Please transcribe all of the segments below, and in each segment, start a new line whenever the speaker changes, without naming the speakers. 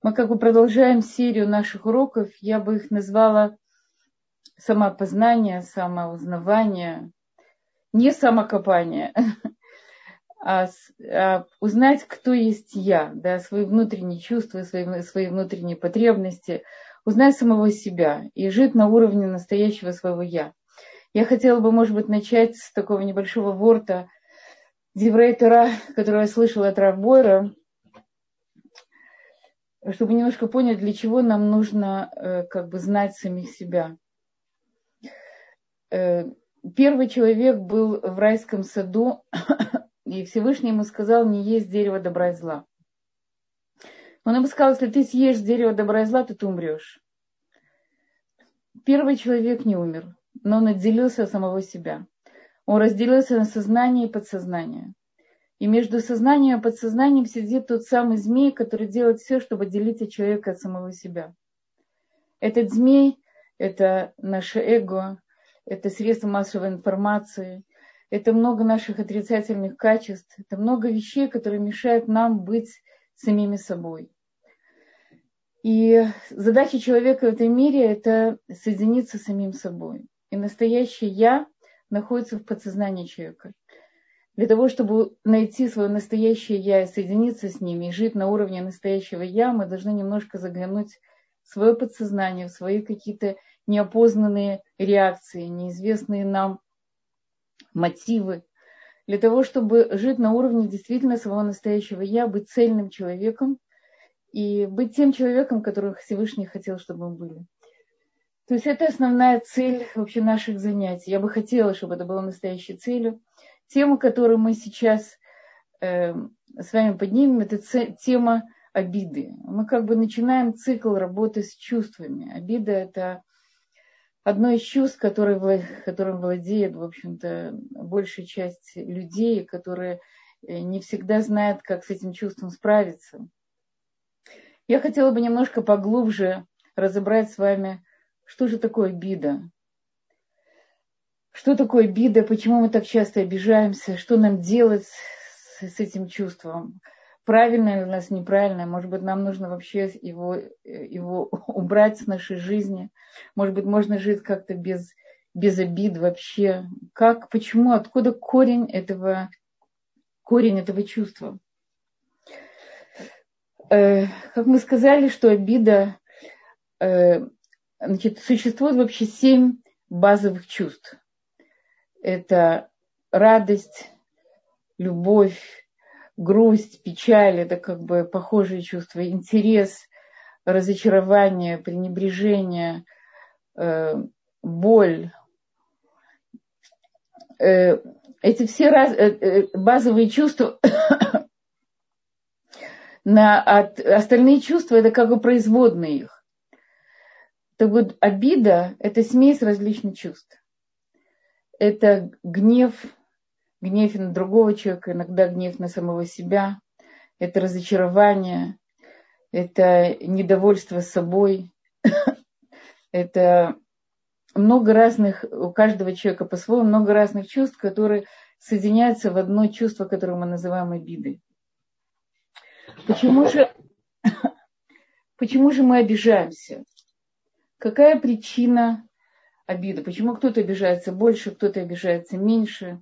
Мы как бы продолжаем серию наших уроков. Я бы их назвала самопознание, самоузнавание, не самокопание, а узнать, кто есть я, да, свои внутренние чувства, свои внутренние потребности, узнать самого себя и жить на уровне настоящего своего я. Я хотела бы, может быть, начать с такого небольшого ворта Диврей Тора, который я слышала от Рав Бойра, чтобы немножко понять, для чего нам нужно как бы знать самих себя. Первый человек был в райском саду, и Всевышний ему сказал не есть дерево добра и зла. Он ему сказал, если ты съешь дерево добра и зла, то ты умрешь. Первый человек не умер, но он отделился от самого себя. Он разделился на сознание и подсознание. И между сознанием и подсознанием сидит тот самый змей, который делает все, чтобы отделить от человека от самого себя. Этот змей – это наше эго, это средства массовой информации, это много наших отрицательных качеств, это много вещей, которые мешают нам быть самими собой. И задача человека в этом мире – это соединиться с самим собой. И настоящее «я» находится в подсознании человека. Для того, чтобы найти свое настоящее «я» и соединиться с ними, и жить на уровне настоящего «я», мы должны немножко заглянуть в свое подсознание, в свои какие-то неопознанные реакции, неизвестные нам мотивы. Для того, чтобы жить на уровне действительно своего настоящего «я», быть цельным человеком и быть тем человеком, которого Всевышний хотел, чтобы мы были. То есть это основная цель вообще наших занятий. Я бы хотела, чтобы это было настоящей целью. Тема, которую мы сейчас с вами поднимем, это тема обиды. Мы как бы начинаем цикл работы с чувствами. Обида – это одно из чувств, которым владеет, в общем-то, большая часть людей, которые не всегда знают, как с этим чувством справиться. Я хотела бы немножко поглубже разобрать с вами, что же такое обида. Что такое обида, почему мы так часто обижаемся, что нам делать с этим чувством, правильно ли у нас, неправильно, может быть, нам нужно вообще его убрать с нашей жизни, может быть, можно жить как-то без обид вообще, почему, откуда корень этого чувства. Как мы сказали, что обида, существует вообще 7 базовых чувств. Это радость, любовь, грусть, печаль, это как бы похожие чувства, интерес, разочарование, пренебрежение, боль. Эти все базовые чувства, остальные чувства это как бы производные их. Так вот, обида – это смесь различных чувств. Это гнев на другого человека, иногда гнев на самого себя. Это разочарование, это недовольство собой. Это много разных, у каждого человека по-своему, много разных чувств, которые соединяются в одно чувство, которое мы называем обидой. Почему же мы обижаемся? Какая причина обиды? Почему кто-то обижается больше, кто-то обижается меньше?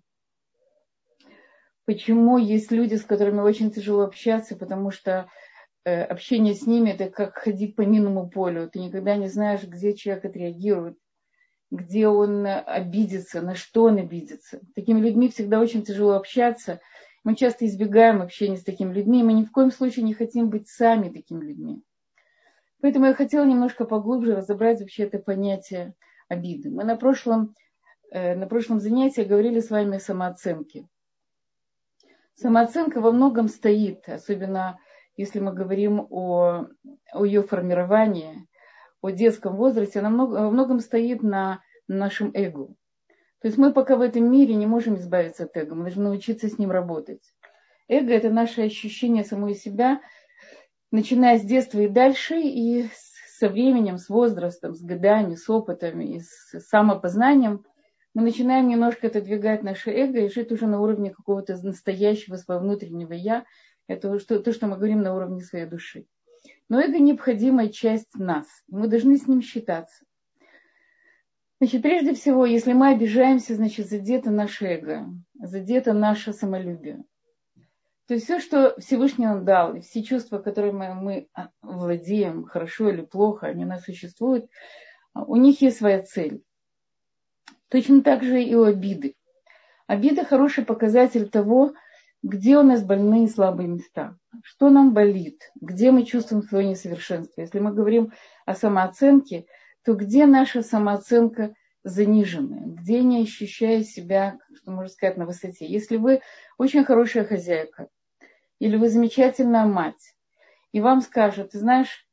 Почему есть люди, с которыми очень тяжело общаться, потому что общение с ними – это как ходить по минному полю. Ты никогда не знаешь, где человек отреагирует, где он обидится, на что он обидится. С такими людьми всегда очень тяжело общаться. Мы часто избегаем общения с такими людьми, и мы ни в коем случае не хотим быть сами такими людьми. Поэтому я хотела немножко поглубже разобрать вообще это понятие обиды. Мы на прошлом занятии говорили с вами о самооценке. Самооценка во многом стоит, особенно если мы говорим о ее формировании, о детском возрасте, она во многом стоит на нашем эго. То есть мы пока в этом мире не можем избавиться от эго, мы должны научиться с ним работать. Эго – это наше ощущение самой себя, начиная с детства и дальше, и со временем, с возрастом, с годами, с опытами, и с самопознанием мы начинаем немножко отодвигать наше эго и жить уже на уровне какого-то настоящего своего внутреннего «я». Это то, что мы говорим на уровне своей души. Но эго необходимая часть нас. Мы должны с ним считаться. Значит, прежде всего, если мы обижаемся, значит, задето наше эго, задето наше самолюбие. То есть все, что Всевышний нам дал, и все чувства, которыми мы владеем, хорошо или плохо, они у нас существуют, у них есть своя цель. Точно так же и у обиды. Обида – хороший показатель того, где у нас больные и слабые места, что нам болит, где мы чувствуем свое несовершенство. Если мы говорим о самооценке, то где наша самооценка заниженная, где не ощущая себя, что можно сказать, на высоте. Если вы очень хорошая хозяйка, или вы замечательная мать, и вам скажут, ты знаешь,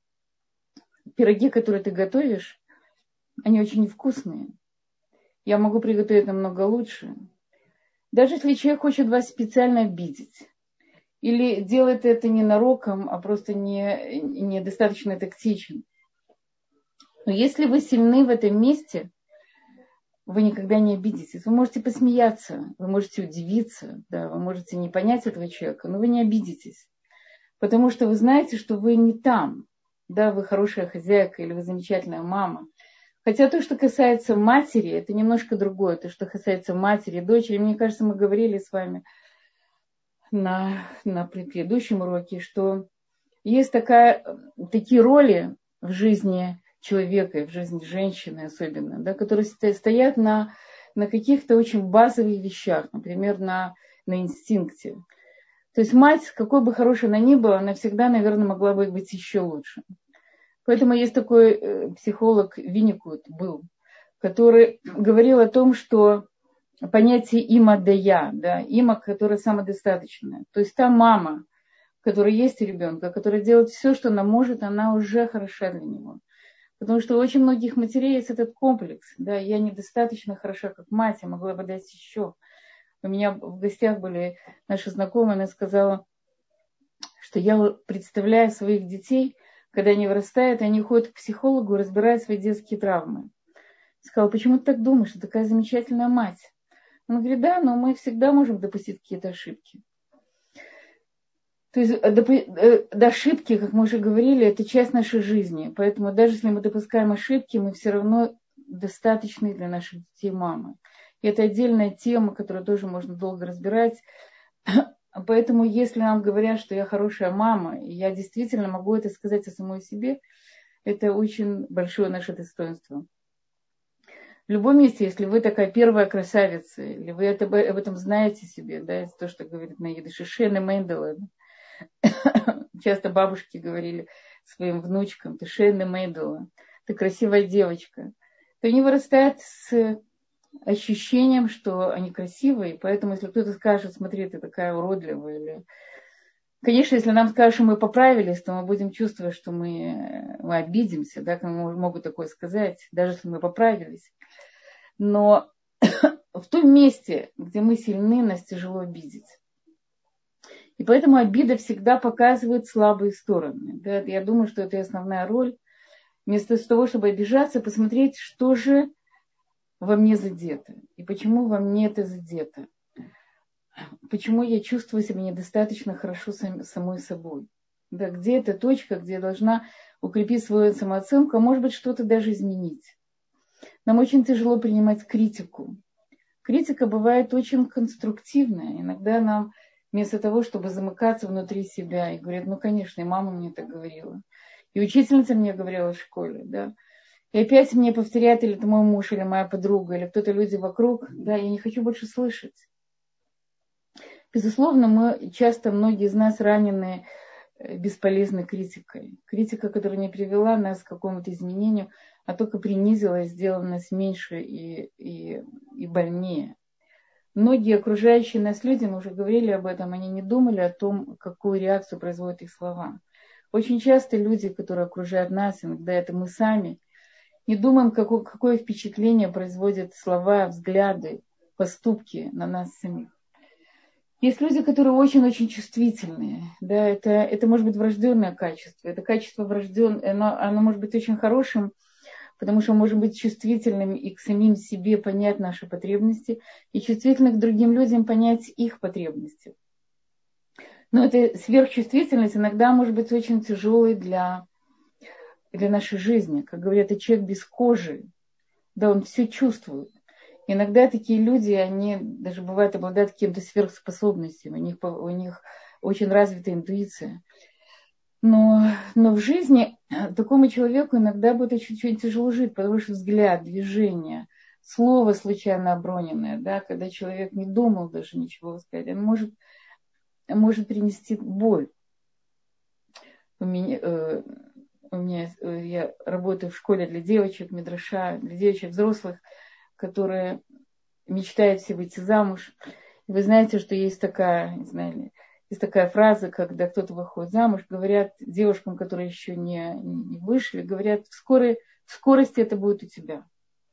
пироги, которые ты готовишь, они очень невкусные. Я могу приготовить намного лучше. Даже если человек хочет вас специально обидеть, или делает это ненароком, а просто недостаточно тактичен. Но если вы сильны в этом месте, вы никогда не обидитесь. Вы можете посмеяться, вы можете удивиться, да, вы можете не понять этого человека, но вы не обидитесь. Потому что вы знаете, что вы не там. Да, вы хорошая хозяйка или вы замечательная мама. Хотя то, что касается матери, это немножко другое. То, что касается матери, дочери, мне кажется, мы говорили с вами на предыдущем уроке, что есть такие роли в жизни человека и в жизни женщины особенно, да, которые стоят на каких-то очень базовых вещах, например, на инстинкте. То есть мать, какой бы хорошей она ни была, она всегда, наверное, могла бы быть еще лучше. Поэтому есть такой психолог Винникут был, который говорил о том, что понятие има да я, да, има, которая самодостаточная. То есть та мама, которая есть у ребенка, которая делает все, что она может, она уже хороша для него. Потому что у очень многих матерей есть этот комплекс. Да, я недостаточно хороша, как мать, я могла бы дать еще. У меня в гостях были наши знакомые, она сказала, что я представляю своих детей, когда они вырастают, они ходят к психологу, разбирают свои детские травмы. Сказала, почему ты так думаешь, ты такая замечательная мать? Он говорит, да, но мы всегда можем допустить какие-то ошибки. То есть ошибки, как мы уже говорили, это часть нашей жизни. Поэтому даже если мы допускаем ошибки, мы все равно достаточны для наших детей мамы. И это отдельная тема, которую тоже можно долго разбирать. Поэтому если нам говорят, что я хорошая мама, и я действительно могу это сказать о самой себе, это очень большое наше достоинство. В любом месте, если вы такая первая красавица, или вы об этом знаете себе, да, это то, что говорит на идыше Шена Мендела. Часто бабушки говорили своим внучкам, ты Шена Мендела, ты красивая девочка. То они вырастают с ощущением, что они красивые, поэтому если кто-то скажет, смотри, ты такая уродливая, или... Конечно, если нам скажут, что мы поправились, то мы будем чувствовать, что мы обидимся, да, могут такое сказать, даже если мы поправились. Но в том месте, где мы сильны, нас тяжело обидеть. И поэтому обида всегда показывает слабые стороны. Да? Я думаю, что это основная роль. Вместо того, чтобы обижаться, посмотреть, что же во мне задето. И почему во мне это задето. Почему я чувствую себя недостаточно хорошо самой собой. Да, где эта точка, где я должна укрепить свою самооценку, а может быть что-то даже изменить. Нам очень тяжело принимать критику. Критика бывает очень конструктивная. Иногда нам вместо того, чтобы замыкаться внутри себя и говорить, ну, конечно, и мама мне так говорила. И учительница мне говорила в школе, да. И опять мне повторяют, или это мой муж, или моя подруга, или кто-то люди вокруг, да, я не хочу больше слышать. Безусловно, многие из нас ранены бесполезной критикой. Критика, которая не привела нас к какому-то изменению, а только принизила и сделала нас меньше и больнее. Многие окружающие нас люди, мы уже говорили об этом, они не думали о том, какую реакцию производят их слова. Очень часто люди, которые окружают нас, иногда это мы сами, не думаем, какое впечатление производят слова, взгляды, поступки на нас самих. Есть люди, которые очень-очень чувствительные. Да, это может быть врожденное качество. Это качество врожденное, оно может быть очень хорошим, потому что мы можем быть чувствительными и к самим себе понять наши потребности, и чувствительны к другим людям понять их потребности. Но эта сверхчувствительность иногда может быть очень тяжелой для нашей жизни. Как говорят, это человек без кожи, да, он все чувствует. Иногда такие люди, они даже бывают обладают какими-то сверхспособностями, у них очень развита интуиция. Но в жизни такому человеку иногда будет очень тяжело жить, потому что взгляд, движение, слово случайно оброненное, да, когда человек не думал даже ничего сказать, он может принести боль. Я работаю в школе для девочек, медраша, для девочек взрослых, которые мечтают все выйти замуж. И вы знаете, что есть такая, не знаю, есть такая фраза, когда кто-то выходит замуж, говорят девушкам, которые еще не вышли, говорят, в скорости это будет у тебя.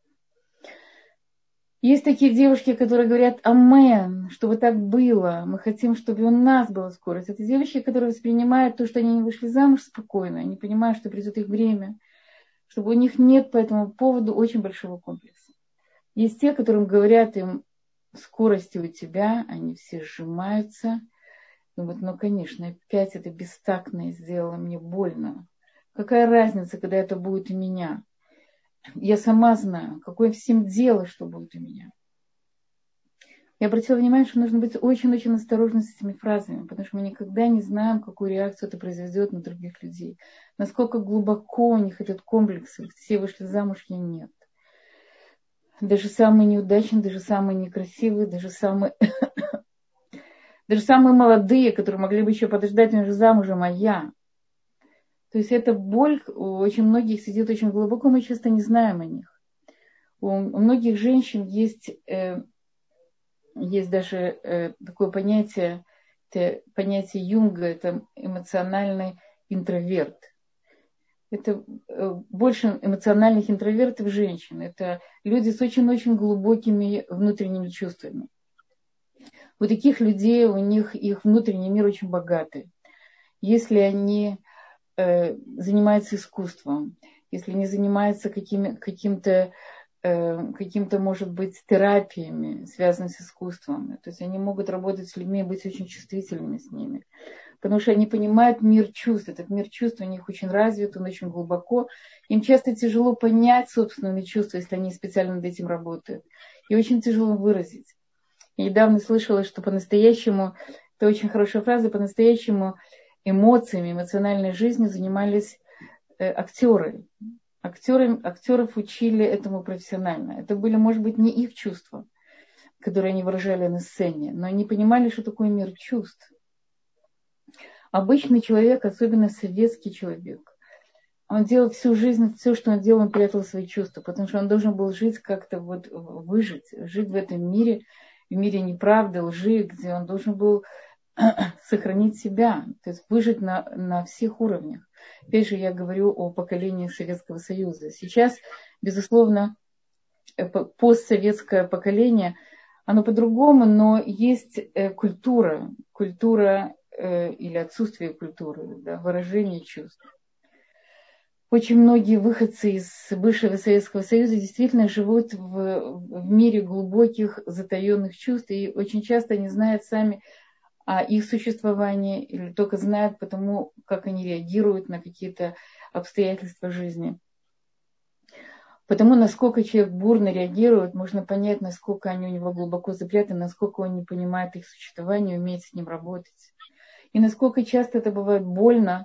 Есть такие девушки, которые говорят «Амен», чтобы так было. Мы хотим, чтобы у нас была скорость. Это девушки, которые воспринимают то, что они не вышли замуж, спокойно. Они понимают, что придет их время, чтобы у них нет по этому поводу очень большого комплекса. Есть те, которым говорят им «скорости у тебя», они все сжимаются. Думают, ну, конечно, опять это бестактное сделало, мне больно. Какая разница, когда это будет у меня? Я сама знаю, какое всем дело, что будет у меня. Я обратила внимание, что нужно быть очень-очень осторожным с этими фразами, потому что мы никогда не знаем, какую реакцию это произведет на других людей. Насколько глубоко у них этот комплекс. Все вышли замуж, я нет. Даже самые неудачные, даже самые некрасивые, даже самые молодые, которые могли бы еще подождать, они же замужем, а я. То есть эта боль у очень многих сидит очень глубоко, мы часто не знаем о них. У многих женщин есть даже такое понятие Юнга, это эмоциональный интроверт. Это больше эмоциональных интровертов женщин. Это люди с очень-очень глубокими внутренними чувствами. У таких людей, у них их внутренний мир очень богатый. Если они занимаются искусством, если они занимаются каким-то, может быть, терапиями, связанными с искусством, то есть они могут работать с людьми, быть очень чувствительными с ними, потому что они понимают мир чувств. Этот мир чувств у них очень развит, он очень глубоко. Им часто тяжело понять собственные чувства, если они специально над этим работают. И очень тяжело выразить. Я недавно слышала, что по-настоящему, это очень хорошая фраза, по-настоящему эмоциями, эмоциональной жизнью занимались актеры. Актеров учили этому профессионально. Это были, может быть, не их чувства, которые они выражали на сцене, но они понимали, что такое мир чувств. Обычный человек, особенно советский человек, он делал всю жизнь, все, что он делал, он прятал свои чувства, потому что он должен был жить как-то выжить, жить в этом мире, в мире неправды, лжи, где он должен был сохранить себя, то есть выжить на всех уровнях. Опять же, я говорю о поколении Советского Союза. Сейчас, безусловно, постсоветское поколение, оно по-другому, но есть культура или отсутствие культуры, да, выражение чувств. Очень многие выходцы из бывшего Советского Союза действительно живут в мире глубоких затаенных чувств, и очень часто они знают сами о их существовании или только знают потому, как они реагируют на какие-то обстоятельства жизни. Потому, насколько человек бурно реагирует, можно понять, насколько они у него глубоко запрятаны, насколько он не понимает их существование, умеет с ним работать. И насколько часто это бывает больно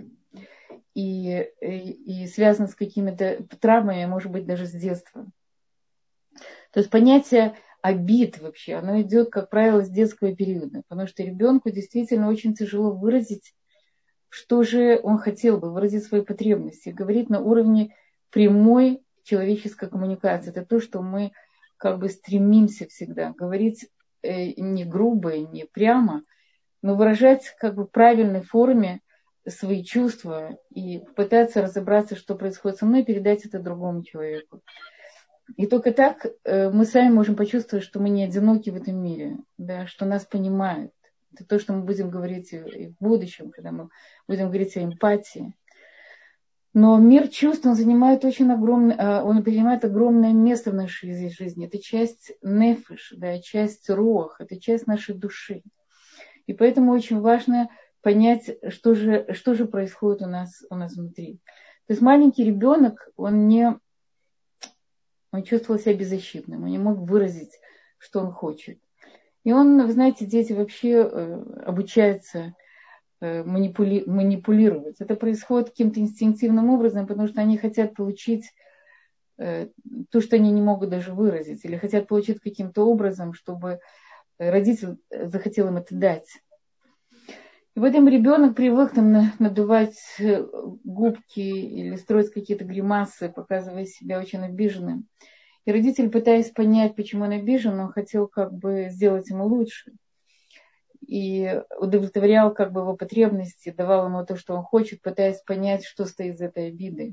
и связано с какими-то травмами, может быть, даже с детства. То есть понятие обид вообще, оно идет, как правило, с детского периода, потому что ребенку действительно очень тяжело выразить, что же он хотел бы, выразить свои потребности, говорить на уровне прямой человеческой коммуникации. Это то, что мы как бы стремимся всегда, говорить не грубо, не прямо, но выражать как бы в правильной форме свои чувства и попытаться разобраться, что происходит со мной, и передать это другому человеку. И только так мы сами можем почувствовать, что мы не одиноки в этом мире, да, что нас понимают. Это то, что мы будем говорить и в будущем, когда мы будем говорить о эмпатии. Но мир чувств, он занимает он принимает огромное место в нашей жизни. Это часть нефеш, да, часть руах, это часть нашей души. И поэтому очень важно понять, что же происходит у нас внутри. То есть маленький ребенок, он чувствовал себя беззащитным, он не мог выразить, что он хочет. И он, вы знаете, дети вообще обучаются манипулировать. Это происходит каким-то инстинктивным образом, потому что они хотят получить то, что они не могут даже выразить, или хотят получить каким-то образом, чтобы родитель захотел им это дать. И в этом ребенок привык там надувать губки или строить какие-то гримасы, показывая себя очень обиженным. И родитель, пытаясь понять, почему он обижен, он хотел как бы сделать ему лучше. И удовлетворял как бы его потребности, давал ему то, что он хочет, пытаясь понять, что стоит за этой обидой.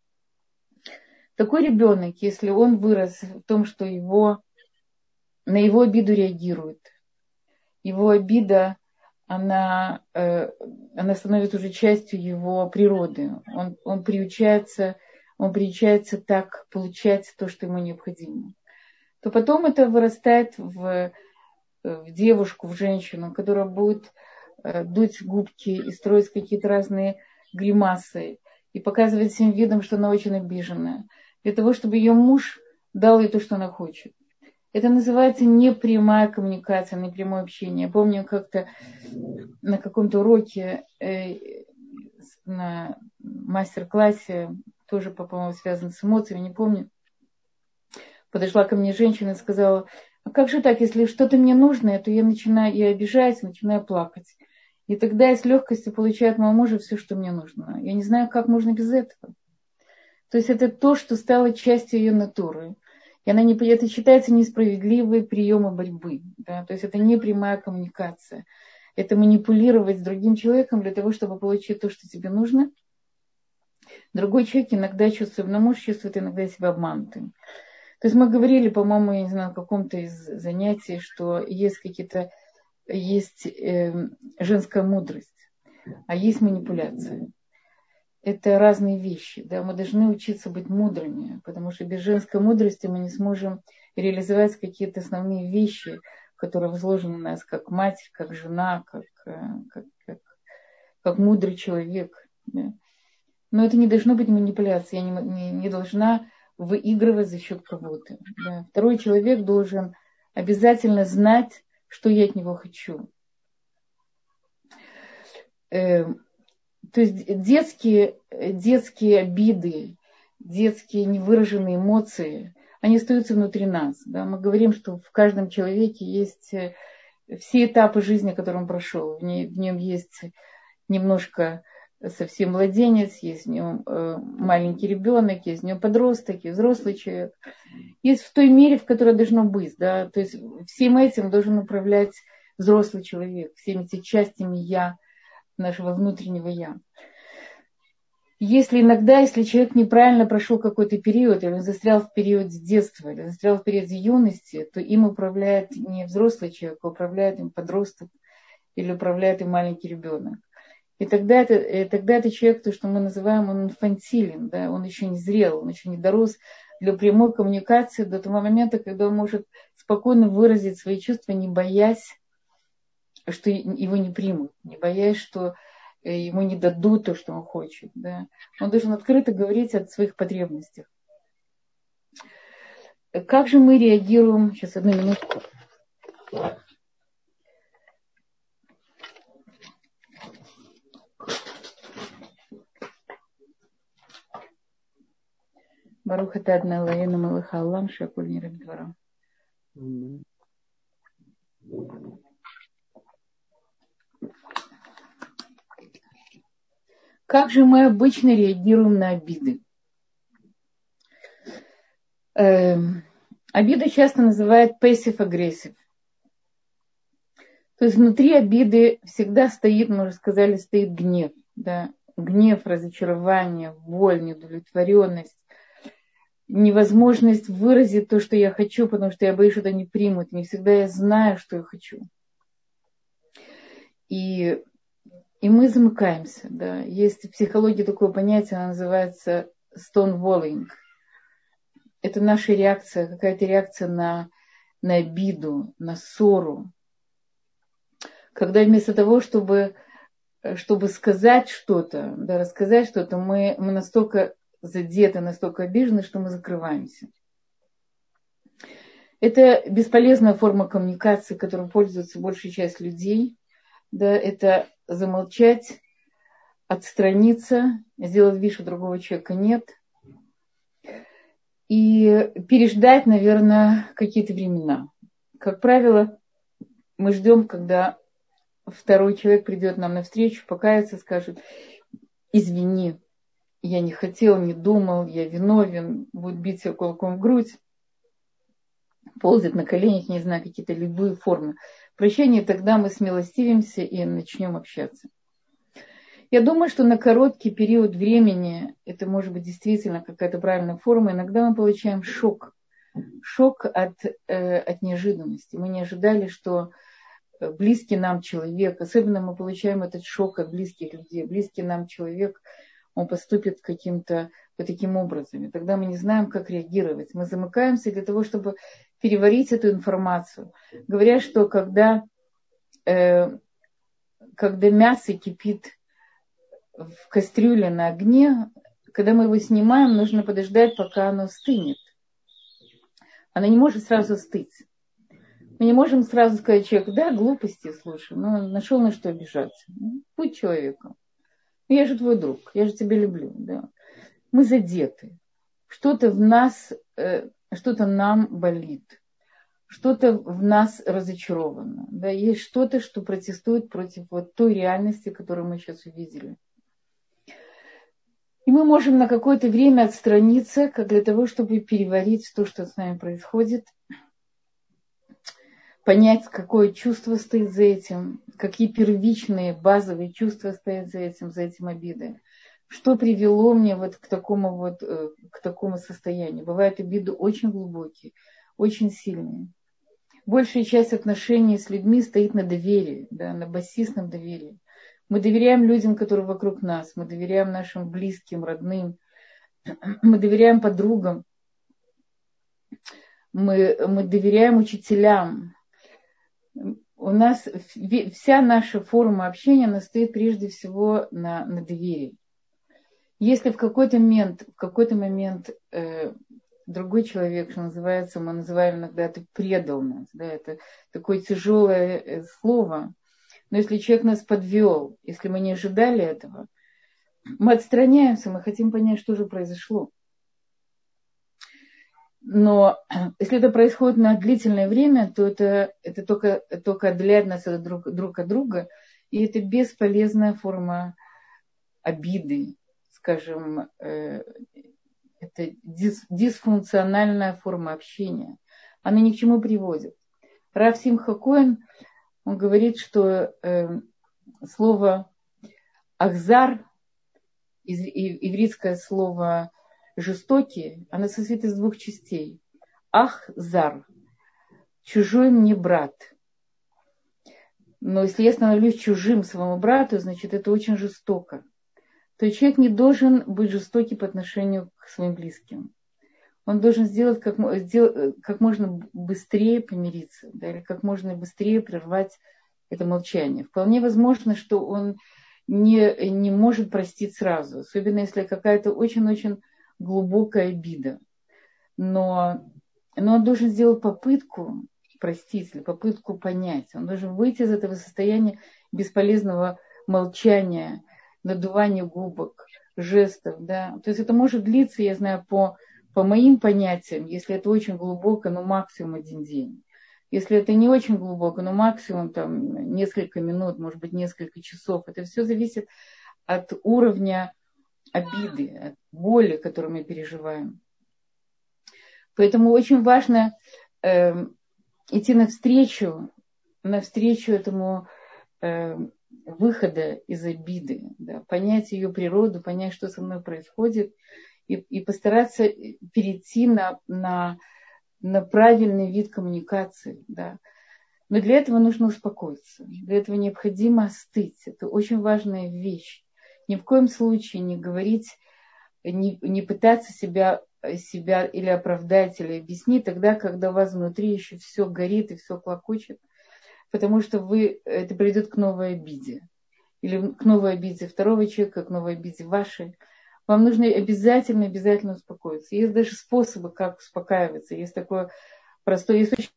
Такой ребенок, если он вырос в том, что на его обиду реагируют, его обида, она становится уже частью его природы. Он приучается так получать то, что ему необходимо. То потом это вырастает в девушку, в женщину, которая будет дуть губки и строить какие-то разные гримасы и показывать всем видом, что она очень обиженная, для того, чтобы ее муж дал ей то, что она хочет. Это называется непрямая коммуникация, непрямое общение. Я помню, как-то на каком-то уроке, на мастер-классе, тоже, по-моему, связан с эмоциями, не помню, подошла ко мне женщина и сказала: а как же так, если что-то мне нужно, то я обижаюсь, начинаю плакать. И тогда я с легкостью получаю от моего мужа все, что мне нужно. Я не знаю, как можно без этого. То есть это то, что стало частью ее натуры. И это считается несправедливой приемом борьбы. Да? То есть это не прямая коммуникация. Это манипулировать с другим человеком для того, чтобы получить то, что тебе нужно. Другой человек иногда чувствует, но муж чувствует иногда себя обманутым. То есть мы говорили, по-моему, я не знаю, в каком-то из занятий, что есть женская мудрость, а есть манипуляция. Это разные вещи. Да? Мы должны учиться быть мудрыми, потому что без женской мудрости мы не сможем реализовать какие-то основные вещи, которые возложены на нас как мать, как жена, как мудрый человек. Да? Но это не должно быть манипуляцией. Я не должна выигрывать за счет кого-то. Да. Второй человек должен обязательно знать, что я от него хочу. То есть детские обиды, детские невыраженные эмоции, они остаются внутри нас. Да. Мы говорим, что в каждом человеке есть все этапы жизни, которые он прошел. В нем есть немножко совсем младенец, есть в нем маленький ребенок, есть в нем подросток, есть взрослый человек. Есть в той мере, в которой должно быть. Да? То есть всем этим должен управлять взрослый человек, всеми этими частями я, нашего внутреннего я. Если человек неправильно прошел какой-то период, или он застрял в период детства, или застрял в период юности, то им управляет не взрослый человек, а управляет им подросток или управляет им маленький ребенок. И тогда это человек, то, что мы называем, он инфантилен, да? Он еще не зрел, он еще не дорос для прямой коммуникации до того момента, когда он может спокойно выразить свои чувства, не боясь, что его не примут, не боясь, что ему не дадут то, что он хочет. Да? Он должен открыто говорить о своих потребностях. Как же мы реагируем? Сейчас, одну минутку. Барух ата Адонай Элоheinu мелech хаолам ше'аколь нирeh б'дваро. Как же мы обычно реагируем на обиды? Обиду часто называют passive-aggressive. То есть внутри обиды всегда стоит, мы уже сказали, стоит гнев. Да? Гнев, разочарование, боль, неудовлетворенность, невозможность выразить то, что я хочу, потому что я боюсь, что это не примут. Не всегда я знаю, что я хочу. И мы замыкаемся. Да? Есть в психологии такое понятие, оно называется stonewalling. Это наша реакция, какая-то реакция на обиду, на ссору. Когда вместо того, чтобы сказать что-то, да, рассказать что-то, мы настолько задеты, настолько обижены, что мы закрываемся. Это бесполезная форма коммуникации, которой пользуется большая часть людей. Да, это замолчать, отстраниться, сделать вид, что другого человека нет. И переждать, наверное, какие-то времена. Как правило, мы ждем, когда второй человек придет нам навстречу, покается, скажет: извини, я не хотел, не думал, я виновен, будет бить себя кулаком в грудь, ползать на коленях, не знаю, какие-то любые формы прощения, тогда мы смилостивимся и начнем общаться. Я думаю, что на короткий период времени это может быть действительно какая-то правильная форма. Иногда мы получаем шок от неожиданности. Мы не ожидали, что близкий нам человек, особенно мы получаем этот шок от близких людей, близкий нам человек, он поступит каким-то вот таким образом. И тогда мы не знаем, как реагировать. Мы замыкаемся для того, чтобы переварить эту информацию. Говорят, что когда мясо кипит в кастрюле на огне, когда мы его снимаем, нужно подождать, пока оно стынет. Оно не может сразу стыть. Мы не можем сразу сказать человеку: да, глупости, слушай, нашел на что обижаться. Будь человеком. Я же твой друг, я же тебя люблю. Да. Мы задеты. Что-то в нас, что-то нам болит. Что-то в нас разочаровано. Да. Есть что-то, что протестует против вот той реальности, которую мы сейчас увидели. И мы можем на какое-то время отстраниться, как для того, чтобы переварить то, что с нами происходит, понять, какое чувство стоит за этим, какие первичные базовые чувства стоят за этим обидой. Что привело меня к такому состоянию. Бывают обиды очень глубокие, очень сильные. Большая часть отношений с людьми стоит на доверии, да, на басистном доверии. Мы доверяем людям, которые вокруг нас, мы доверяем нашим близким, родным, мы доверяем подругам, мы доверяем учителям. У нас вся наша форма общения, она стоит прежде всего на доверии. Если в какой-то момент другой человек, что называется, мы называем иногда это предал нас, да, это такое тяжелое слово, но если человек нас подвел, если мы не ожидали этого, мы отстраняемся, мы хотим понять, что же произошло. Но если это происходит на длительное время, то это только отдаляет нас друг от друга, и это бесполезная форма обиды, скажем, это дисфункциональная форма общения. Она ни к чему приводит. Рав Симха Коэн, он говорит, что слово «ахзар», ивритское слово «жестокий», оно состоит из двух частей. «Ах-зар», чужой мне брат. Но если я становлюсь чужим своему брату, значит, это очень жестоко. То есть человек не должен быть жестокий по отношению к своим близким. Он должен сделать как можно быстрее помириться, да, или как можно быстрее прервать это молчание. Вполне возможно, что он не может простить сразу, особенно если какая-то очень-очень глубокая обида. Но он должен сделать попытку простить, или попытку понять. Он должен выйти из этого состояния бесполезного молчания, надувания губок, жестов. Да. То есть это может длиться, я знаю, по моим понятиям, если это очень глубоко, максимум 1 день. Если это не очень глубоко, максимум несколько минут, может быть, несколько часов. Это все зависит от уровня обиды, от боли, которую мы переживаем. Поэтому очень важно идти навстречу этому выхода из обиды, да, понять ее природу, понять, что со мной происходит, и постараться перейти на правильный вид коммуникации. Да. Но для этого нужно успокоиться, для этого необходимо остыть. Это очень важная вещь. Ни в коем случае не говорить, не пытаться себя или оправдать, или объяснить тогда, когда у вас внутри еще все горит и все клокочет. потому что это приведет к новой обиде. Или к новой обиде второго человека, к новой обиде вашей. Вам нужно обязательно, обязательно успокоиться. Есть даже способы, как успокаиваться. Есть такое простое, есть очень...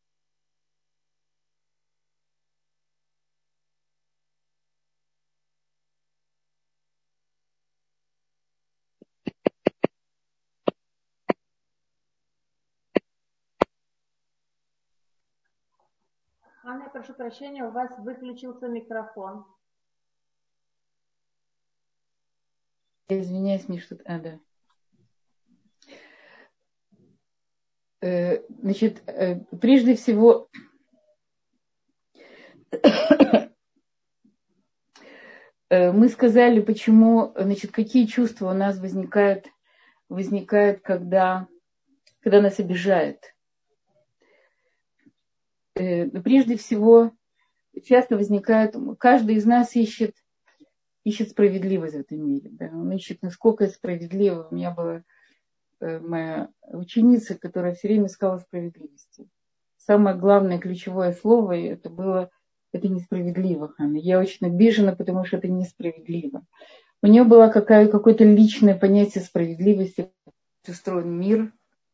Анна, я прошу прощения, у вас выключился микрофон.
Я извиняюсь, мне что-то... да. Значит, прежде всего, мы сказали, почему, значит, какие чувства у нас возникают, когда нас обижает. Прежде всего, часто возникает, каждый из нас ищет справедливость в этом мире. Да? Он ищет, насколько это справедливо. У меня была моя ученица, которая все время искала справедливости. Самое главное, ключевое слово это несправедливо, Ханна. Я очень обижена, потому что это несправедливо. У нее было какое-то личное понятие справедливости, как устроен мир.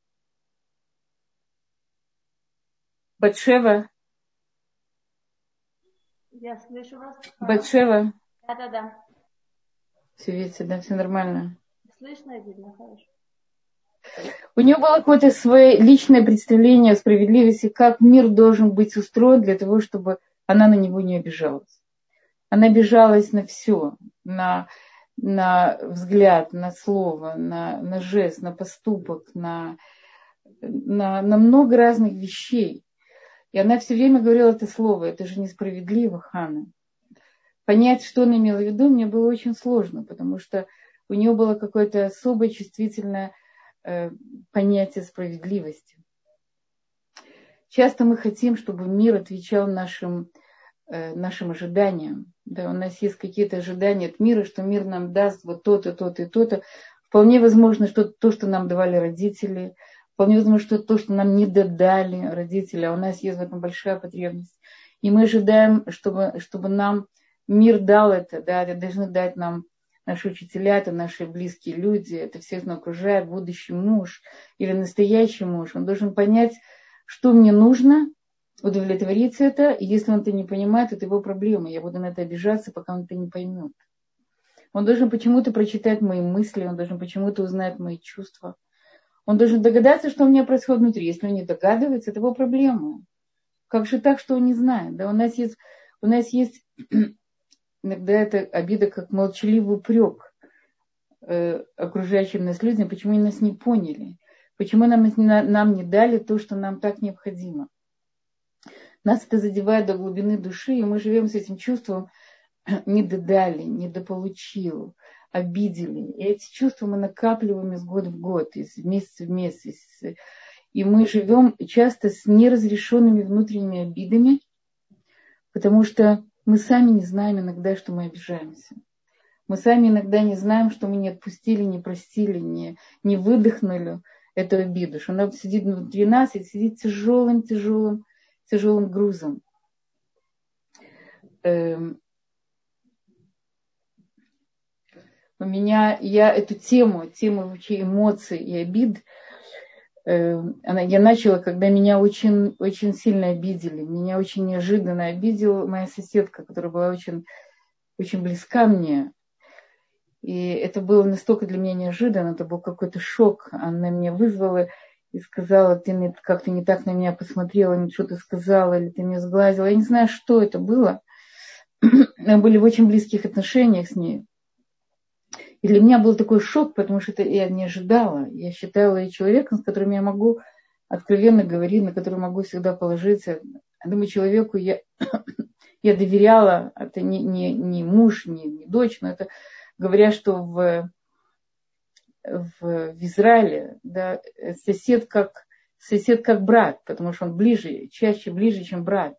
Батшева.
Я слышу вас.
Батшева.
Да.
Все видите, да, все нормально.
Слышно и видно, хорошо.
У нее было какое-то свое личное представление о справедливости, как мир должен быть устроен для того, чтобы она на него не обижалась. Она обижалась на все, на взгляд, на слово, на жест, на поступок, на много разных вещей. И она все время говорила это слово, это же несправедливо, Хана. Понять, что она имела в виду, мне было очень сложно, потому что у нее было какое-то особое чувствительное понятие справедливости. Часто мы хотим, чтобы мир отвечал нашим ожиданиям. Да, у нас есть какие-то ожидания от мира, что мир нам даст вот то-то, то-то и то-то. Вполне возможно, что то, что нам давали родители, вполне возможно, что то, что нам не додали родители, а у нас есть в этом большая потребность. И мы ожидаем, чтобы нам мир дал это, да, это должны дать нам наши учителя, это наши близкие люди, это всех нас окружает, будущий муж или настоящий муж. Он должен понять, что мне нужно, удовлетворить это, и если он это не понимает, это его проблема. Я буду на это обижаться, пока он это не поймет. Он должен почему-то прочитать мои мысли, он должен почему-то узнать мои чувства. Он должен догадаться, что у меня происходит внутри. Если он не догадывается, это его проблема. Как же так, что он не знает? Да, у нас есть иногда это обида, как молчаливый упрек окружающим нас людям, почему они нас не поняли, почему нам не дали то, что нам так необходимо. Нас это задевает до глубины души, и мы живем с этим чувством не додали, недополучил, обидели. И эти чувства мы накапливаем из года в год, из месяца в месяц. И мы живем часто с неразрешенными внутренними обидами, потому что мы сами не знаем иногда, что мы обижаемся. Мы сами иногда не знаем, что мы не отпустили, не простили, не выдохнули эту обиду, что она сидит внутри нас и сидит тяжелым грузом. Я эту тему вообще эмоций и обид, я начала, когда меня очень, очень сильно обидели. Меня очень неожиданно обидела моя соседка, которая была очень, очень близка мне. И это было настолько для меня неожиданно, это был какой-то шок. Она меня вызвала и сказала: ты как-то не так на меня посмотрела, что-то сказала, или ты меня сглазила. Я не знаю, что это было. Мы были в очень близких отношениях с ней. И для меня был такой шок, потому что это я не ожидала. Я считала ее человеком, с которым я могу откровенно говорить, на которого могу всегда положиться. Этому человеку я доверяла. Это не муж, не дочь, но это говоря, что в Израиле, да, сосед как брат, потому что он чаще ближе, чем брат.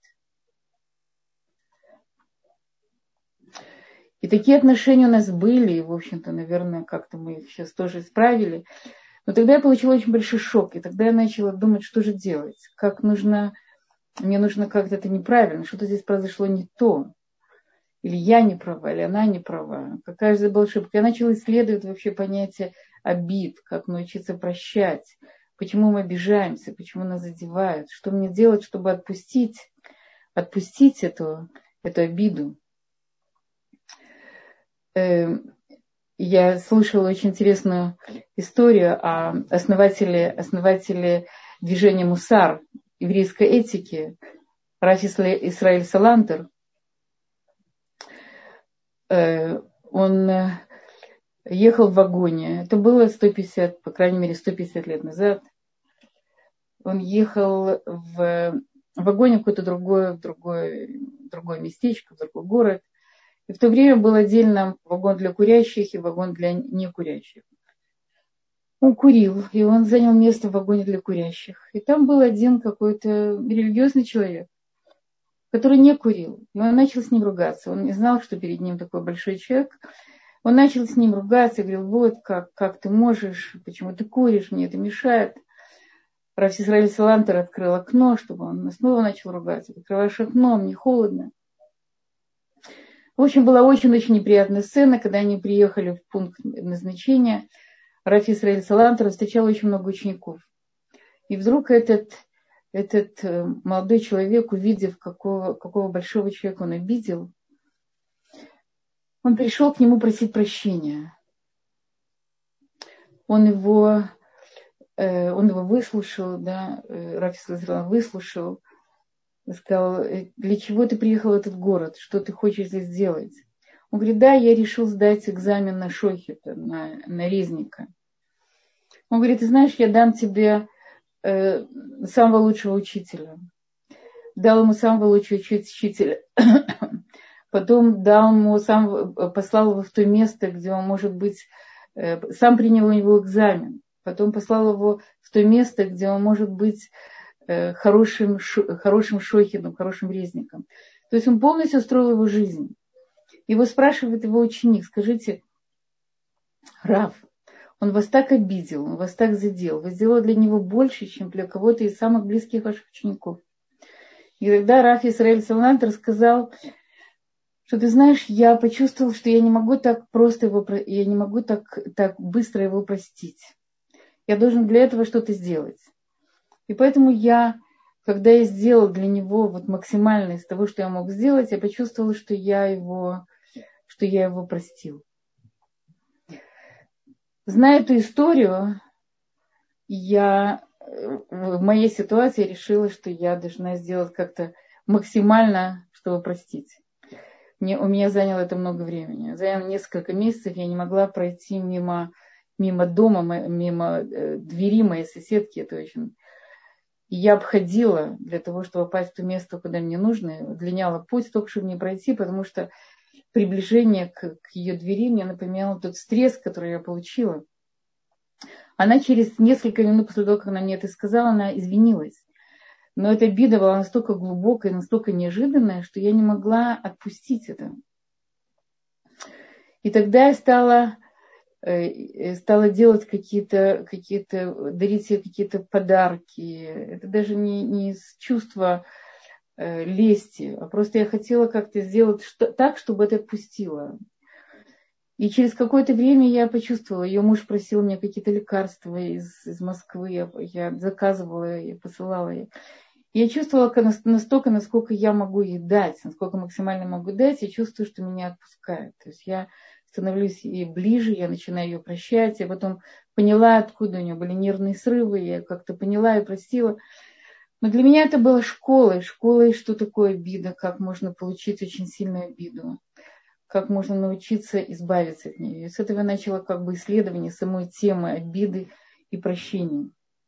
И такие отношения у нас были, и, в общем-то, наверное, как-то мы их сейчас тоже исправили. Но тогда я получила очень большой шок, и тогда я начала думать, что же делать, как нужно Мне нужно как-то это неправильно, что-то здесь произошло не то. Или я не права, или она не права. Какая же была ошибка? Я начала исследовать вообще понятие обид, как научиться прощать, почему мы обижаемся, почему нас задевают, что мне делать, чтобы отпустить эту обиду. Я слышала очень интересную историю о основателе движения Мусар, еврейской этики, Раф Исраэль Салантер. Он ехал в вагоне. Это было 150, по крайней мере, 150 лет назад. Он ехал в вагоне в какое-то другое местечко, в другой город. И в то время был отдельно вагон для курящих и вагон для некурящих. Он курил, и он занял место в вагоне для курящих. И там был один какой-то религиозный человек, который не курил. И он начал с ним ругаться. Он не знал, что перед ним такой большой человек. Он начал с ним ругаться, говорил, вот как ты можешь, почему ты куришь, мне это мешает. Раф Исраэль Салантер открыл окно, чтобы он снова начал ругаться. Открываешь окно, мне холодно. В общем, была очень-очень неприятная сцена, когда они приехали в пункт назначения. Раф Исраэль Салантер встречал очень много учеников. И вдруг этот молодой человек, увидев, какого большого человека он обидел, он пришел к нему просить прощения. Он его выслушал, да, Раф Исраэль выслушал, сказал, для чего ты приехал в этот город, что ты хочешь здесь сделать? Он говорит, да, я решил сдать экзамен на шохета, на резника. Он говорит, ты знаешь, я дам тебе самого лучшего учителя. Дал ему самого лучшего учителя. Потом послал его в то место, где он, может быть, сам принял у него экзамен. Потом послал его в то место, где он может быть хорошим шохидом, хорошим резником. То есть он полностью устроил его жизнь. Его спрашивает его ученик, скажите, Рав, он вас так обидел, он вас так задел, вы сделали для него больше, чем для кого-то из самых близких ваших учеников. И тогда Раф Исраэль Салантер сказал, что ты знаешь, я почувствовал, что я не могу так просто я не могу так быстро его простить. Я должен для этого что-то сделать. И поэтому когда я сделал для него максимально из того, что я мог сделать, я почувствовала, что я его простил. Зная эту историю, в моей ситуации решила, что я должна сделать как-то максимально, чтобы простить. У меня заняло это много времени. Заняло несколько месяцев, я не могла пройти мимо дома, мимо двери моей соседки. И я обходила для того, чтобы попасть в то место, куда мне нужно, удлиняла путь, только чтобы не пройти, потому что приближение к ее двери мне напоминало тот стресс, который я получила. Она через несколько минут после того, как она мне это сказала, она извинилась. Но эта обида была настолько глубокая, настолько неожиданная, что я не могла отпустить это. И тогда я стала делать дарить себе какие-то подарки. Это даже не из чувства лести, а просто я хотела как-то сделать так, чтобы это отпустило. И через какое-то время я почувствовала, ее муж просил мне какие-то лекарства из Москвы, я заказывала и посылала ей. Я чувствовала настолько, насколько я могу ей дать, насколько максимально могу дать, я чувствую, что меня отпускает. То есть я становлюсь ей ближе, я начинаю ее прощать, я потом поняла, откуда у нее были нервные срывы, я как-то поняла и простила. Но для меня это было школой, что такое обида, как можно получить очень сильную обиду, как можно научиться избавиться от нее. И с этого я начала исследование самой темы обиды и прощения.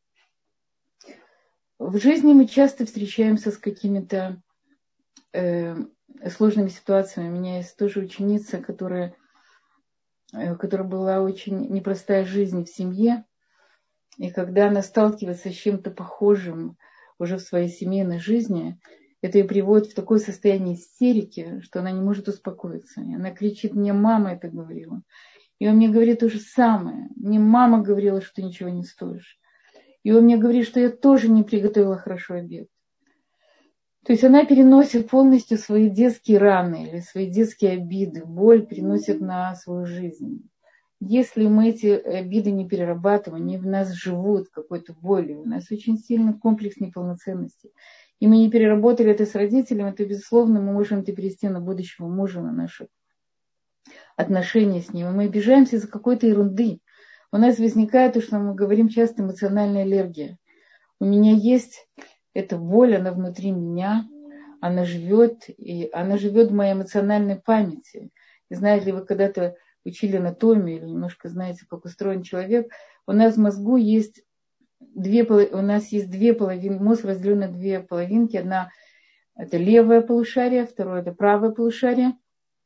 В жизни мы часто встречаемся с какими-то сложными ситуациями. У меня есть тоже ученица, у которой была очень непростая жизнь в семье. И когда она сталкивается с чем-то похожим уже в своей семейной жизни, это ее приводит в такое состояние истерики, что она не может успокоиться. И она кричит, мне мама это говорила. И он мне говорит то же самое. Мне мама говорила, что ты ничего не стоишь. И он мне говорит, что я тоже не приготовила хорошо обед. То есть она переносит полностью свои детские раны или свои детские обиды, боль переносит на свою жизнь. Если мы эти обиды не перерабатываем, они в нас живут какой-то болью, у нас очень сильный комплекс неполноценности, и мы не переработали это с родителями, то, безусловно, мы можем это перевести на будущего мужа, на наши отношения с ним. И мы обижаемся из-за какой-то ерунды. У нас возникает то, что мы говорим часто, эмоциональная аллергия. У меня есть эта боль, она внутри меня, она живет, и она живет в моей эмоциональной памяти. И знаете ли вы когда-то учили анатомию или немножко знаете, как устроен человек, у нас в мозгу есть две половины, мозг разделен на две половинки. Одна это левое полушарие, второе это правое полушарие.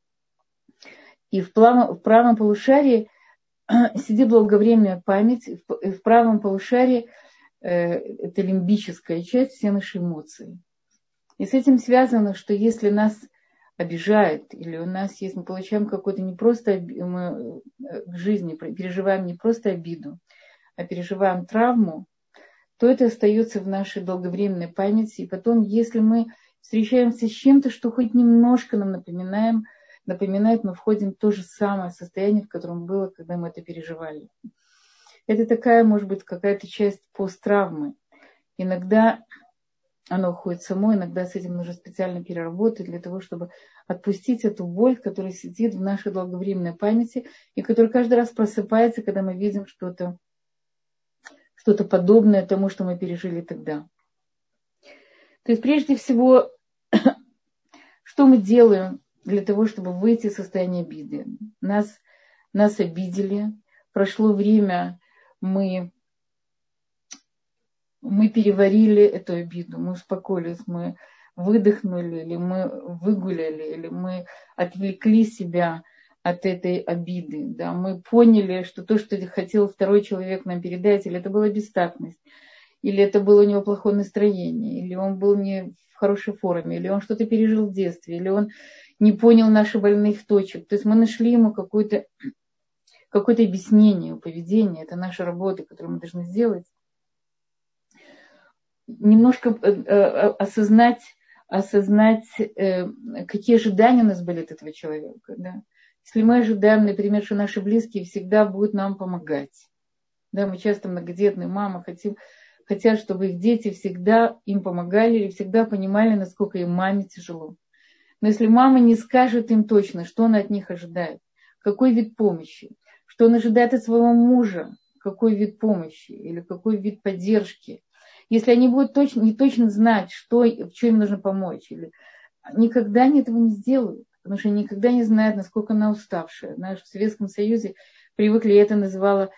И в правом полушарии сидит долговременная память, и в правом полушарии это лимбическая часть, все наши эмоции. И с этим связано, что если нас обижают, или у нас есть, мы получаем какой-то не просто мы в жизни переживаем не просто обиду, а переживаем травму, то это остается в нашей долговременной памяти. И потом, если мы встречаемся с чем-то, что хоть немножко нам напоминает, мы входим в то же самое состояние, в котором было, когда мы это переживали. Это такая, может быть, какая-то часть посттравмы. Иногда оно уходит само, иногда с этим нужно специально переработать для того, чтобы отпустить эту боль, которая сидит в нашей долговременной памяти и которая каждый раз просыпается, когда мы видим что-то подобное тому, что мы пережили тогда. То есть прежде всего, что мы делаем для того, чтобы выйти из состояния обиды? Нас обидели, прошло время, мы переварили эту обиду, мы успокоились, мы выдохнули, или мы выгуляли, или мы отвлекли себя от этой обиды. Да? Мы поняли, что то, что хотел второй человек нам передать, или это была бестактность, или это было у него плохое настроение, или он был не в хорошей форме, или он что-то пережил в детстве, или он не понял наших больных точек. То есть мы нашли ему какое-то объяснение, поведение. Это наша работа, которую мы должны сделать. Немножко осознать, какие ожидания у нас были от этого человека. Да? Если мы ожидаем, например, что наши близкие всегда будут нам помогать. Да, мы часто многодетные мамы хотят, чтобы их дети всегда им помогали или всегда понимали, насколько им маме тяжело. Но если мама не скажет им точно, что она от них ожидает, какой вид помощи, что он ожидает от своего мужа, какой вид помощи или какой вид поддержки, если они будут не точно знать, в чем им нужно помочь, или никогда они этого не сделают, потому что они никогда не знают, насколько она уставшая. Знаешь, в Советском Союзе привыкли, я это называла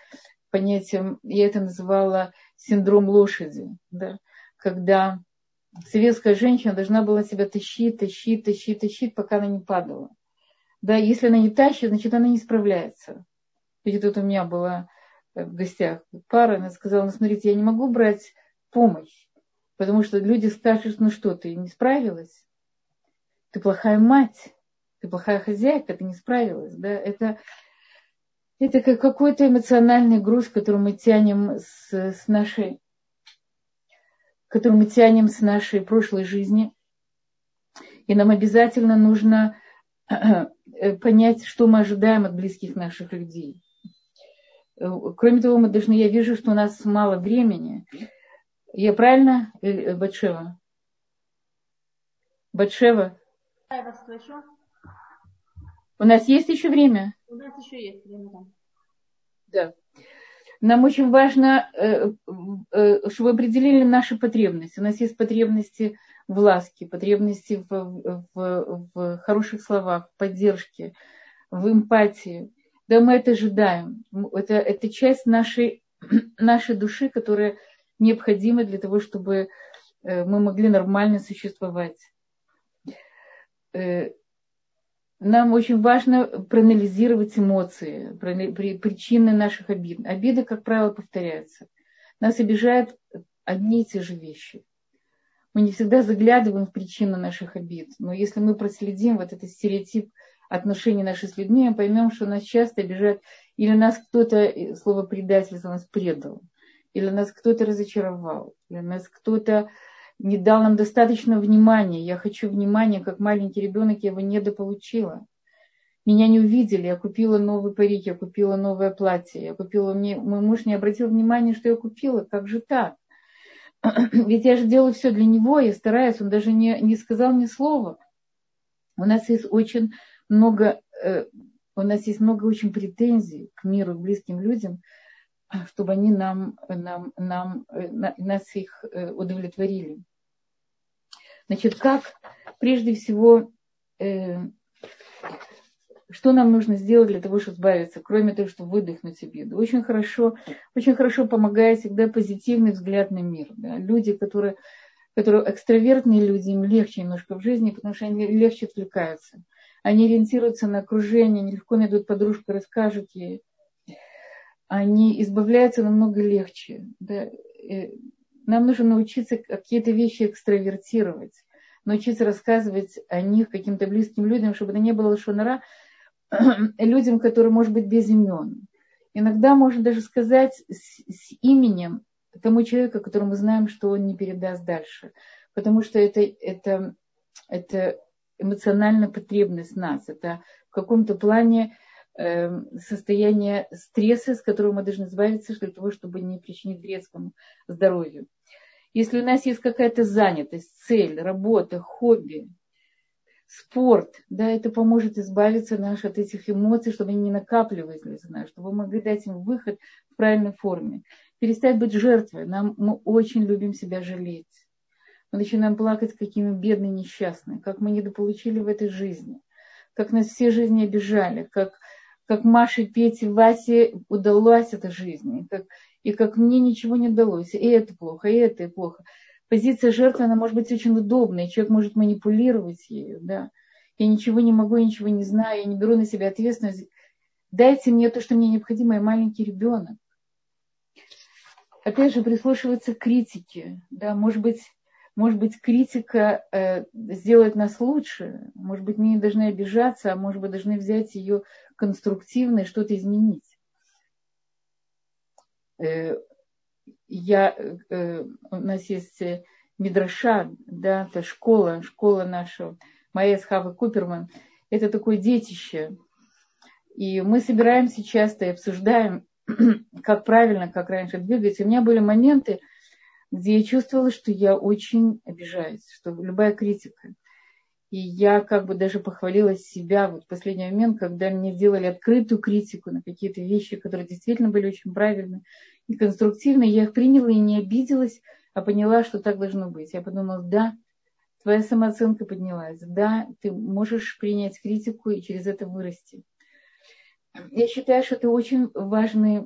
синдром лошади, да? Когда советская женщина должна была себя тащить, пока она не падала. Да, если она не тащит, значит, она не справляется. Ведь тут у меня была в гостях пара, она сказала, смотрите, я не могу брать помощь, потому что люди скажут, что ты не справилась, ты плохая мать, ты плохая хозяйка, ты не справилась. Да? Это как какой-то эмоциональный груз, который мы тянем с нашей прошлой жизни. И нам обязательно нужно понять, что мы ожидаем от близких наших людей. Кроме того, я вижу, что у нас мало времени. Я правильно, Батшева? Батшева?
Я вас слышу.
У нас есть еще время?
У нас еще есть время,
да. Нам очень важно, чтобы определили наши потребности. У нас есть потребности в ласке, потребности в хороших словах, в поддержке, в эмпатии. Да, мы это ожидаем. Это часть нашей души, которая необходима для того, чтобы мы могли нормально существовать. Нам очень важно проанализировать эмоции, причины наших обид. Обиды, как правило, повторяются. Нас обижают одни и те же вещи. Мы не всегда заглядываем в причину наших обид. Но если мы проследим вот этот стереотип отношений наших с людьми, мы поймем, что нас часто обижают, или нас кто-то, слово предательство, нас предал, или нас кто-то разочаровал, или нас кто-то не дал нам достаточно внимания. Я хочу внимания, как маленький ребенок, я его недополучила. Меня не увидели, я купила новый парик, я купила новое платье, мой муж не обратил внимания, что я купила, как же так? Ведь я же делаю все для него, я стараюсь, он даже не сказал мне слова. У нас есть много очень претензий к миру, к близким людям, чтобы они нас их удовлетворили. Значит, как прежде всего, что нам нужно сделать для того, чтобы избавиться, кроме того, чтобы выдохнуть обиду? Очень хорошо помогает всегда позитивный взгляд на мир. Да? Люди, которые экстравертные люди, им легче немножко в жизни, потому что они легче отвлекаются. Они ориентируются на окружение, они легко найдут подружку, расскажут ей. Они избавляются намного легче. Да? Нам нужно научиться какие-то вещи экстравертировать, научиться рассказывать о них каким-то близким людям, чтобы это не было лашон ара, людям, которые, может быть, без имен. Иногда можно даже сказать с именем тому человеку, которому мы знаем, что он не передаст дальше. Потому что это эмоциональная потребность нас. Это в каком-то плане состояние стресса, с которого мы должны избавиться для того, чтобы не причинить вред своему здоровью. Если у нас есть какая-то занятость, цель, работа, хобби, спорт, да, это поможет избавиться от этих эмоций, чтобы они не накапливались, чтобы мы могли дать им выход в правильной форме. Перестать быть жертвой. Мы очень любим себя жалеть. Мы начинаем плакать, какие мы бедные, несчастные, как мы недополучили в этой жизни, как нас все жизни обижали, как Маше, Пете, Васе удалась эта жизнь, и как мне ничего не удалось. И это плохо, и это плохо. Позиция жертвы, она может быть очень удобной, человек может манипулировать ею, да. Я ничего не могу, я ничего не знаю, я не беру на себя ответственность. Дайте мне то, что мне необходимо, я маленький ребенок. Опять же, прислушиваться к критике, да, может быть, критика сделает нас лучше, может быть, мы не должны обижаться, а может быть, должны взять ее конструктивно и что-то изменить. У нас есть Мидраша, да, это школа наша, Маэс Хавы Куперман. Это такое детище. И мы собираемся часто и обсуждаем, как правильно, как раньше двигаться. У меня были моменты, где я чувствовала, что я очень обижаюсь, что любая критика. И я даже похвалила себя в последний момент, когда мне делали открытую критику на какие-то вещи, которые действительно были очень правильны и конструктивны. Я их приняла и не обиделась, а поняла, что так должно быть. Я подумала, да, твоя самооценка поднялась, да, ты можешь принять критику и через это вырасти. Я считаю, что это очень важные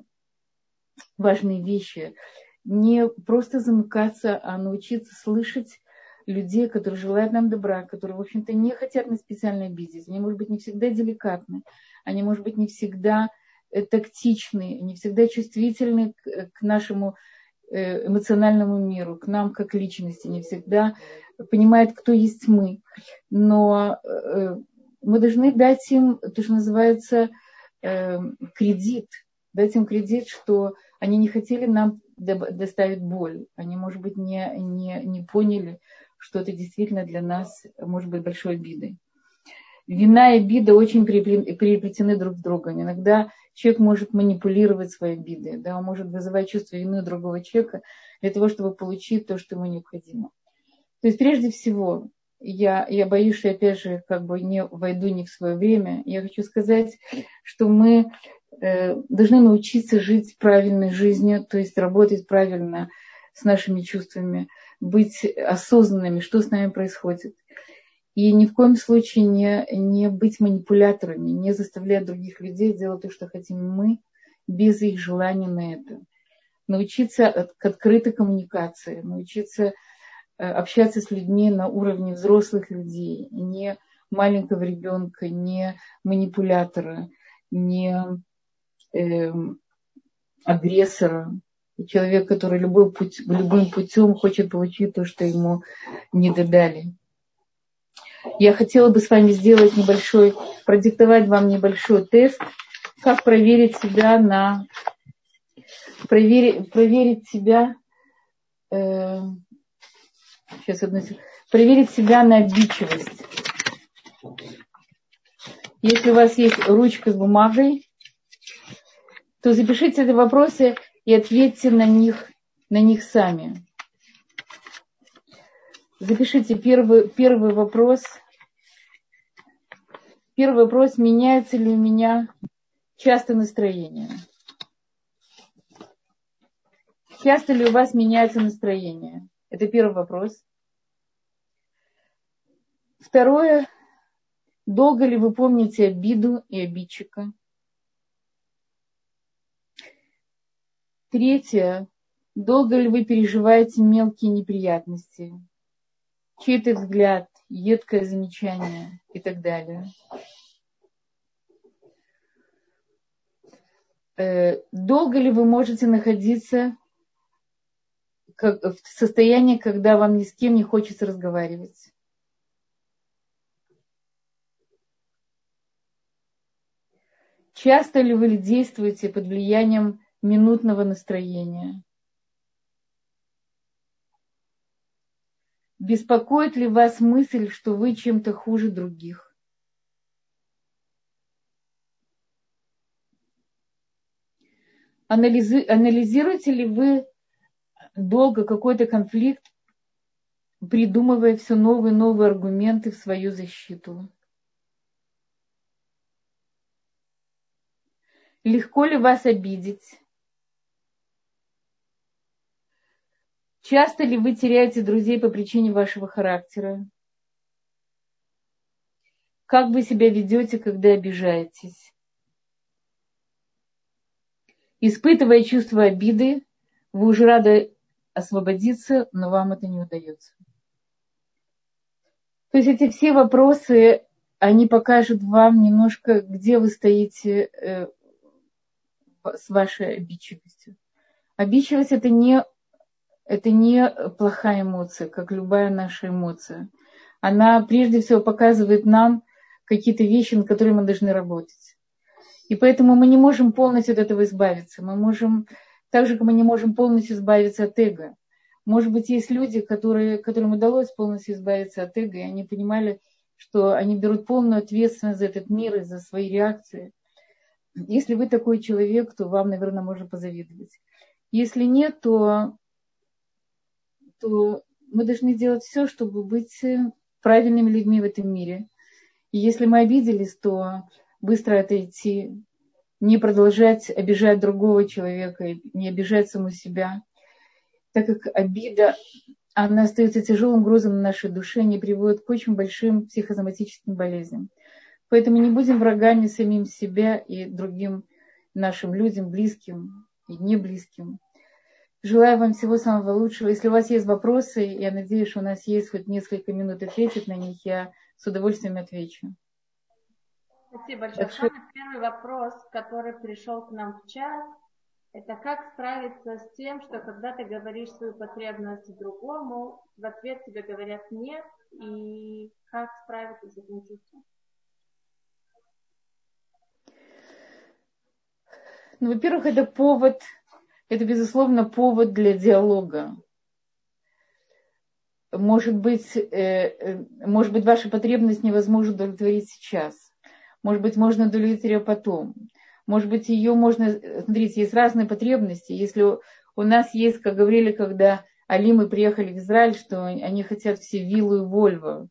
вещи. Не просто замыкаться, а научиться слышать людей, которые желают нам добра, которые, в общем-то, не хотят нас специально обидеть. Они, может быть, не всегда деликатны, они, может быть, не всегда тактичны, не всегда чувствительны к нашему эмоциональному миру, к нам как личности, не всегда понимают, кто есть мы. Но мы должны дать им то, что называется кредит, дать им кредит, что они не хотели нам доставить боль. Они, может быть, не поняли, что это действительно для нас может быть большой обидой. Вина и обида очень переплетены друг с другом. Иногда человек может манипулировать своей обидой, да, он может вызывать чувство вины у другого человека для того, чтобы получить то, что ему необходимо. То есть, прежде всего, я боюсь, что я, опять же, не войду не в свое время. Я хочу сказать, что мы должны научиться жить правильной жизнью, то есть работать правильно с нашими чувствами, быть осознанными, что с нами происходит. И ни в коем случае не быть манипуляторами, не заставлять других людей делать то, что хотим мы, без их желания на это. Научиться к открытой коммуникации, научиться общаться с людьми на уровне взрослых людей, не маленького ребенка, не манипулятора, не агрессора, человек, который любым путем хочет получить то, что ему не додали. Я хотела бы с вами продиктовать вам небольшой тест, как проверить себя Сейчас одну секунду. Проверить себя на обидчивость. Если у вас есть ручка с бумагой, то запишите эти вопросы и ответьте на них сами. Запишите первый вопрос. Первый вопрос: меняется ли у меня часто настроение? Часто ли у вас меняется настроение? Это первый вопрос. Второе: долго ли вы помните обиду и обидчика? Третье: долго ли вы переживаете мелкие неприятности? Чей-то взгляд, едкое замечание и так далее. Долго ли вы можете находиться в состоянии, когда вам ни с кем не хочется разговаривать? Часто ли вы действуете под влиянием минутного настроения? Беспокоит ли вас мысль, что вы чем-то хуже других? Анализируете ли вы долго какой-то конфликт, придумывая все новые и новые аргументы в свою защиту? Легко ли вас обидеть? Часто ли вы теряете друзей по причине вашего характера? Как вы себя ведете, когда обижаетесь? Испытывая чувство обиды, вы уже рады освободиться, но вам это не удается. То есть эти все вопросы, они покажут вам немножко, где вы стоите с вашей обидчивостью. Обидчивость это не плохая эмоция, как любая наша эмоция. Она прежде всего показывает нам какие-то вещи, над которыми мы должны работать. И поэтому мы не можем полностью от этого избавиться. Мы можем, так же, как мы не можем полностью избавиться от эго. Может быть, есть люди, которым удалось полностью избавиться от эго, и они понимали, что они берут полную ответственность за этот мир и за свои реакции. Если вы такой человек, то вам, наверное, можно позавидовать. Если нет, то мы должны сделать все, чтобы быть правильными людьми в этом мире. И если мы обиделись, то быстро отойти, не продолжать обижать другого человека, не обижать саму себя, так как обида, она остается тяжелым грузом на нашей душе, не приводит к очень большим психосоматическим болезням. Поэтому не будем врагами самим себя и другим нашим людям, близким и не близким. Желаю вам всего самого лучшего. Если у вас есть вопросы, я надеюсь, что у нас есть хоть несколько минут ответить на них, я с удовольствием отвечу.
Спасибо большое. Самый первый вопрос, который пришел к нам в чат, это как справиться с тем, что когда ты говоришь свою потребность другому, в ответ тебе говорят нет, и как справиться с этим чувством?
Ну, во-первых, это, безусловно, повод для диалога. Может быть, ваша потребность невозможно удовлетворить сейчас. Может быть, можно удовлетворить ее потом. Может быть, ее можно... Смотрите, есть разные потребности. Если у нас есть, как говорили, когда алимы приехали в Израиль, что они хотят все виллу и Вольво.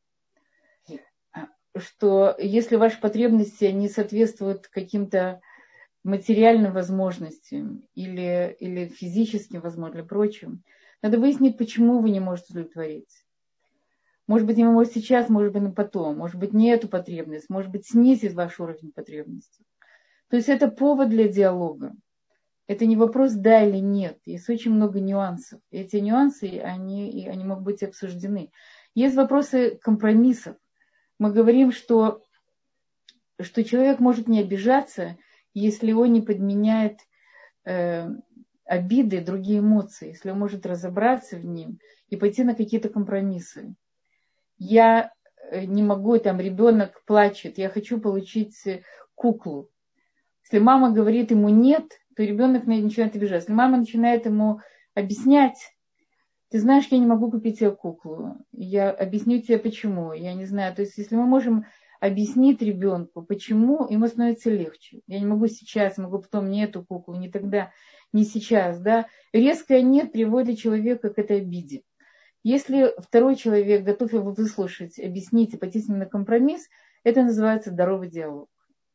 Что если ваши потребности не соответствуют каким-то материальным возможностям или физическим возможностям, или прочим, надо выяснить, почему вы не можете удовлетворить. Может быть, не можете сейчас, может быть, потом. Может быть, не эту потребность. Может быть, снизить ваш уровень потребностей. То есть это повод для диалога. Это не вопрос да или нет. Есть очень много нюансов. И эти нюансы, они могут быть обсуждены. Есть вопросы компромиссов. Мы говорим, что человек может не обижаться, если он не подменяет обиды, другие эмоции, если он может разобраться в ним и пойти на какие-то компромиссы. Я не могу, ребенок плачет, я хочу получить куклу. Если мама говорит ему нет, то ребенок начинает обижаться. Если мама начинает ему объяснять, ты знаешь, я не могу купить тебе куклу. Я объясню тебе почему. Я не знаю. То есть, если мы можем объяснить ребенку, почему, ему становится легче. Я не могу сейчас, могу потом не эту куклу, не тогда, не сейчас. Да? Резкое «нет» приводит человека к этой обиде. Если второй человек готов его выслушать, объяснить и пойти с ним на компромисс, это называется здоровый диалог.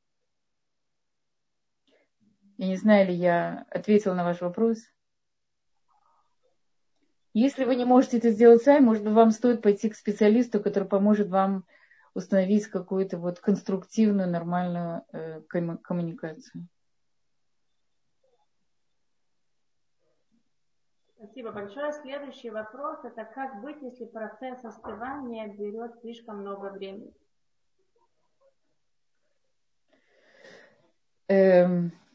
Я не знаю, ли я ответила на ваш вопрос. Если вы не можете это сделать сами, может быть, вам стоит пойти к специалисту, который поможет вам установить какую-то вот конструктивную, нормальную коммуникацию.
Спасибо большое. Следующий вопрос – это как быть, если процесс остывания берет слишком много времени?